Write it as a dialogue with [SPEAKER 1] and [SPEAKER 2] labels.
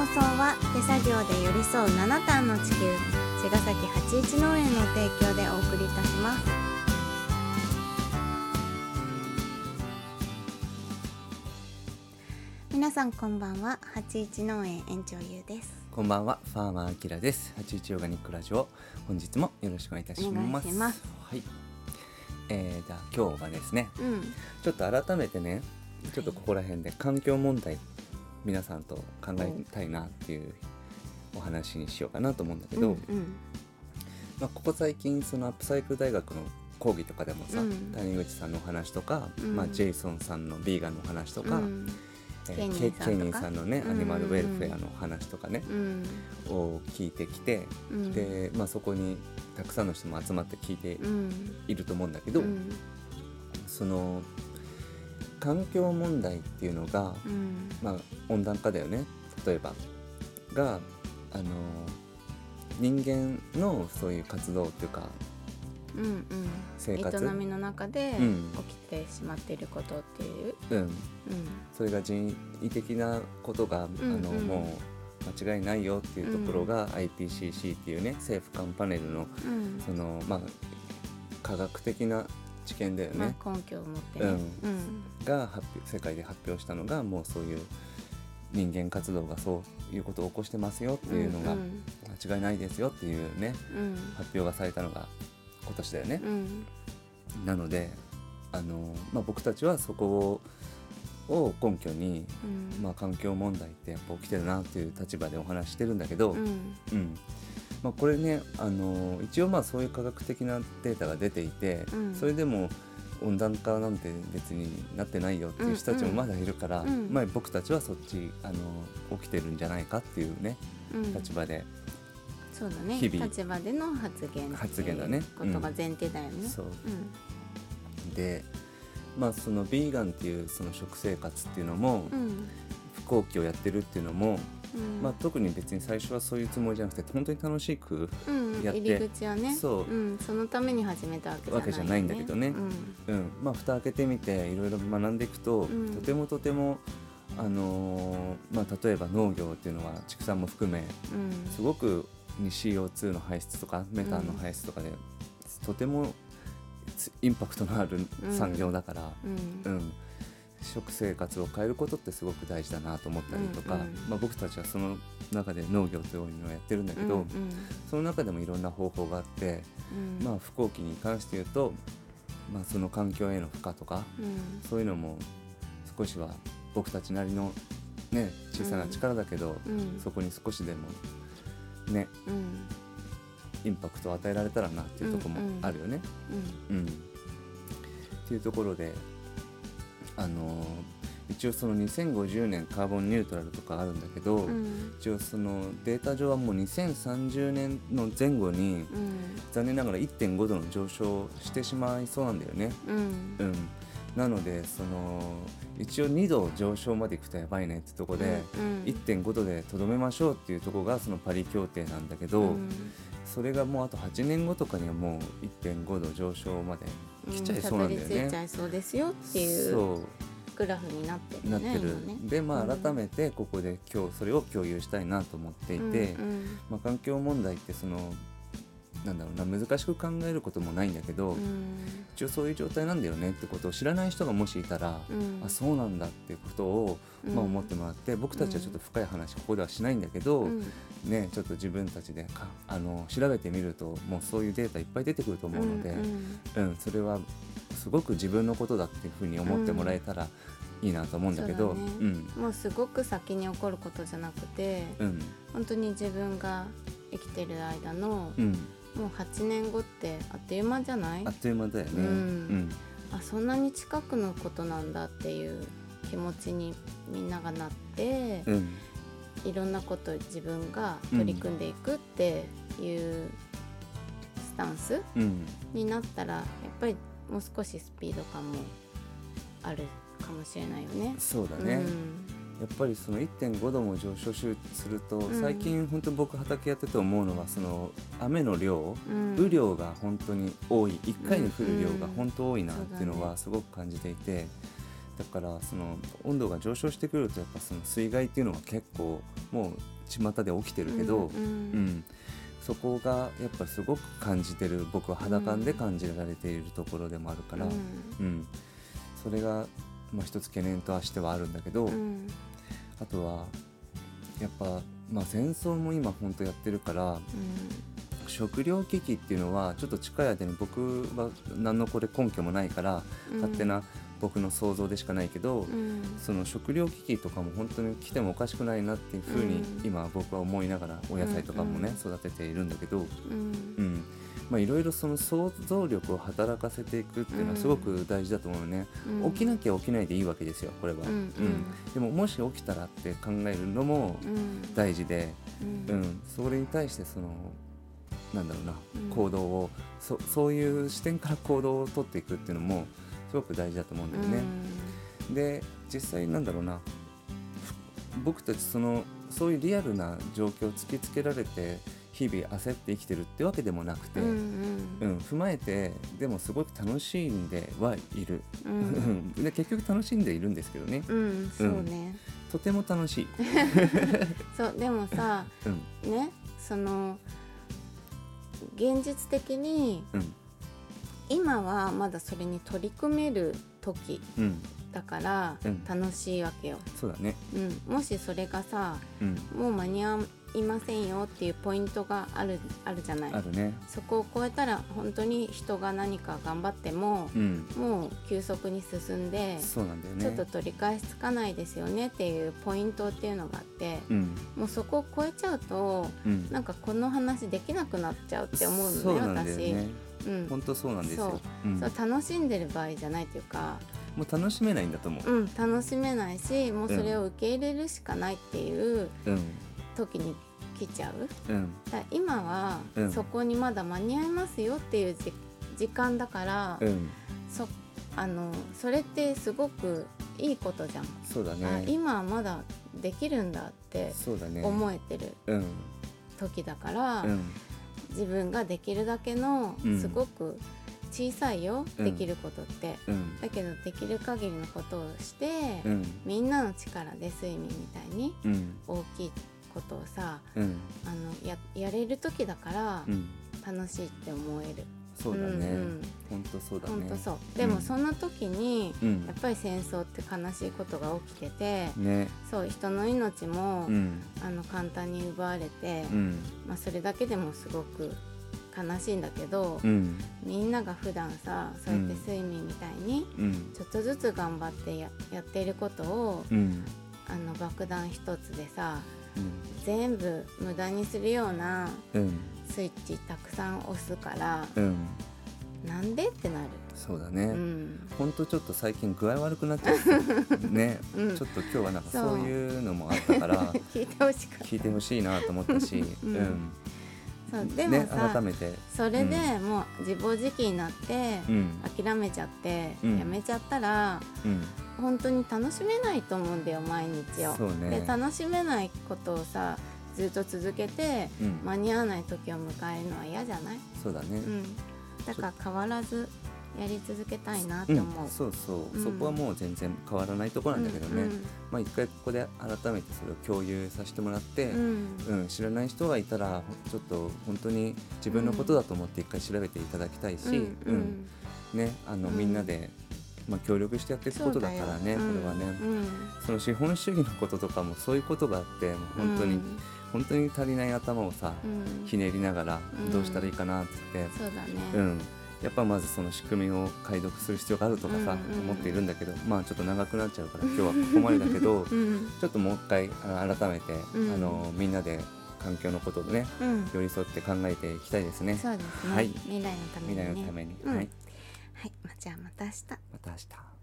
[SPEAKER 1] 送は手作業で寄り添う7ターンの地球、茅ヶ崎八一農園の提供でお送りいたします。皆さんこんばんは。八一農園園長ゆうです。
[SPEAKER 2] こんばんは、ファーマーあきらです。八一オーガニックラジオ、本日もよろしくお願いいたします。
[SPEAKER 1] お願いします。
[SPEAKER 2] はい。じゃあ今日はですね、ちょっと改めてね、ちょっとここら辺で環境問題、皆さんと考えたいなっていうお話にしようかなと思うんだけど、ここ最近そのアップサイクル大学の講義とかでもさ、谷口さんのお話とか、ジェイソンさんのビーガンのお話とか、ケニーさんのね、アニマルウェルフェアの話とかね、を聞いてきて、で、そこにたくさんの人も集まって聞いていると思うんだけど、その環境問題っていうのが、温暖化だよね、例えばが人間のそういう活動っていうか、生活
[SPEAKER 1] 営みの中で起きてしまっていることっていう、
[SPEAKER 2] それが人為的なことが、もう間違いないよっていうところが、IPCC っていうね、政府間パネルの、その科学的な知見だよね、
[SPEAKER 1] 根拠を持ってね、
[SPEAKER 2] が世界で発表したのが、もうそういう人間活動がそういうことを起こしてますよっていうのが間違いないですよっていうね、発表がされたのが今年だよね、なので僕たちはそこを根拠に、環境問題ってやっぱ起きてるなっていう立場でお話してるんだけど、これね、一応そういう科学的なデータが出ていて、それでも温暖化なんて別になってないよっていう人たちもまだいるから、僕たちはそっち起きてるんじゃないかっていうね、立場で、
[SPEAKER 1] そうだね、立場での発言だね、ことが前提だよね。
[SPEAKER 2] で、そのビーガンっていうその食生活っていうのも、不幸期をやってるっていうのも、特に別に最初はそういうつもりじゃなくて、本当に楽しくやって、
[SPEAKER 1] 入り口はね、そのために始めたわけじゃないんだけどね、
[SPEAKER 2] 蓋開けてみていろいろ学んでいくと、とても例えば農業っていうのは畜産も含め、すごくCO2 の排出とかメタンの排出とかで、とてもインパクトのある産業だから、食生活を変えることってすごく大事だなと思ったりとか、僕たちはその中で農業というのをやってるんだけど、その中でもいろんな方法があって、不幸期に関して言うと、その環境への負荷とか、そういうのも少しは僕たちなりの、ね、小さな力だけど、そこに少しでもね、インパクトを与えられたらなっていうところもあるよね。っていうところで、一応その2050年カーボンニュートラルとかあるんだけど、一応そのデータ上はもう2030年の前後に、残念ながら 1.5 度の上昇してしまいそうなんだよね。なのでその一応2度上昇までいくとやばいねってとこで、1.5 度でとどめましょうっていうとこがそのパリ協定なんだけど、それがもうあと8年後とかにはもう 1.5 度上昇まで来ちゃいそうなんだよね。
[SPEAKER 1] たどり着いちゃいそうですよっていうグラフになってるね。
[SPEAKER 2] で、改めてここで今日それを共有したいなと思っていて、環境問題ってその難しく考えることもないんだけど、一応そういう状態なんだよねってことを知らない人がもしいたら、あ、そうなんだっていうことを、思ってもらって、僕たちはちょっと深い話ここではしないんだけど、ちょっと自分たちで調べてみると、もうそういうデータいっぱい出てくると思うので、それはすごく自分のことだっていうふうに思ってもらえたらいいなと思うんだけど、
[SPEAKER 1] もうすごく先に起こることじゃなくて、本当に自分が生きてる間の、もう8年後ってあっという間じゃない？
[SPEAKER 2] あっという間だよね。
[SPEAKER 1] そんなに近くのことなんだっていう気持ちにみんながなって、いろんなことを自分が取り組んでいくっていうスタンス、になったら、やっぱりもう少しスピード感もあるかもしれないよね。
[SPEAKER 2] そうだね、やっぱりその 1.5 度も上昇すると、最近本当に僕畑やってて思うのは、その雨の量、雨量が本当に多い、1回に降る量が本当多いなっていうのはすごく感じていて、だからその温度が上昇してくると、やっぱその水害っていうのは結構もう巷で起きてるけど、そこがやっぱりすごく感じてる、僕は肌感で感じられているところでもあるから、それが、一つ懸念としてはあるんだけど、あとはやっぱ、戦争も今本当やってるから、食糧危機っていうのはちょっと近い間に、僕は何のこれ根拠もないから勝手な僕の想像でしかないけど、その食糧危機とかも本当に来てもおかしくないなっていうふうに今僕は思いながらお野菜とかもね、育てているんだけど、いろいろその想像力を働かせていくっていうのはすごく大事だと思うよね。起きなきゃ起きないでいいわけですよ、これは。でももし起きたらって考えるのも大事で、それに対してそのなんだろうな、行動をそういう視点から行動を取っていくっていうのもすごく大事だと思うんだよね。で実際なんだろうな、僕たちそういうリアルな状況を突きつけられて日々焦って生きてるってわけでもなくて、踏まえてでもすごく楽しんではいる、で結局楽しんでいるんですけどね。
[SPEAKER 1] そうね、
[SPEAKER 2] とても楽しい
[SPEAKER 1] そうでもさ、ね、その現実的に、今はまだそれに取り組める時だから楽しいわけよ。
[SPEAKER 2] そうだね。
[SPEAKER 1] もしそれがさ、もう間に合いませんよっていうポイントがあるじゃない。
[SPEAKER 2] あるね。
[SPEAKER 1] そこを超えたら本当に人が何か頑張っても、もう急速に進んで、
[SPEAKER 2] そうなんだよね、
[SPEAKER 1] ちょっと取り返しつかないですよねっていうポイントっていうのがあって、もうそこを超えちゃうと、なんかこの話できなくなっちゃうって思うのね。
[SPEAKER 2] そうなんだよね、
[SPEAKER 1] 私。
[SPEAKER 2] 本当そうなんですよ。
[SPEAKER 1] そう楽しんでる場合じゃないというか、
[SPEAKER 2] もう楽しめないんだと思う。
[SPEAKER 1] 楽しめないし、もうそれを受け入れるしかないっていう時に来ちゃう。だ今はそこにまだ間に合いますよっていう時間だから、それってすごくいいことじゃん。
[SPEAKER 2] そうだね。
[SPEAKER 1] 今はまだできるんだって思えてる時だから、自分ができるだけのすごく小さいよ、できることって、だけどできる限りのことをして、みんなの力で睡眠みたいに大きいことをさ、やれる時だから楽しいって思える。
[SPEAKER 2] そうだね、本当そうだね。
[SPEAKER 1] 本当そう。でもそんな時に、やっぱり戦争って悲しいことが起きてて、そう人の命も、簡単に奪われて、それだけでもすごく悲しいんだけど、みんなが普段さ、そうやって睡眠みたいにちょっとずつ頑張ってやっていることを、爆弾一つでさ、全部無駄にするようなスイッチたくさん押すから、なんでってなる。
[SPEAKER 2] そうだね、ほんとちょっと最近具合悪くなっちゃってね、ちょっと今日はなんかそういうのもあったから
[SPEAKER 1] 聞いてほし
[SPEAKER 2] いなと思ったし、
[SPEAKER 1] そうでもさ、
[SPEAKER 2] 改めて
[SPEAKER 1] それでもう自暴自棄になって、諦めちゃって、やめちゃったら、本当に楽しめないと思うんだよ、毎日を。で楽しめないことをさ、ずっと続けて、間に合わない時を迎えるのは嫌じゃない？
[SPEAKER 2] そうだね、
[SPEAKER 1] だから変わらずやり続けたいなって思う。
[SPEAKER 2] そうそう、そこはもう全然変わらないところなんだけどね、一回ここで改めてそれを共有させてもらって、知らない人がいたらちょっと本当に自分のことだと思って一回調べていただきたいし、みんなで協力してやっていくことだからね、これはね、その資本主義のこととかもそういうことがあって、本当に足りない頭をさ、ひねりながらどうしたらいいかなって言って、
[SPEAKER 1] そうだね、
[SPEAKER 2] やっぱまずその仕組みを解読する必要があるとかさ、思っているんだけど、ちょっと長くなっちゃうから今日はここまでだけど、ちょっともう一回改めて、みんなで環境のことをね、寄り添って考えていきたいですね。
[SPEAKER 1] そうですね、未来のためにね。
[SPEAKER 2] はい、
[SPEAKER 1] じゃあまた明日。
[SPEAKER 2] また明日。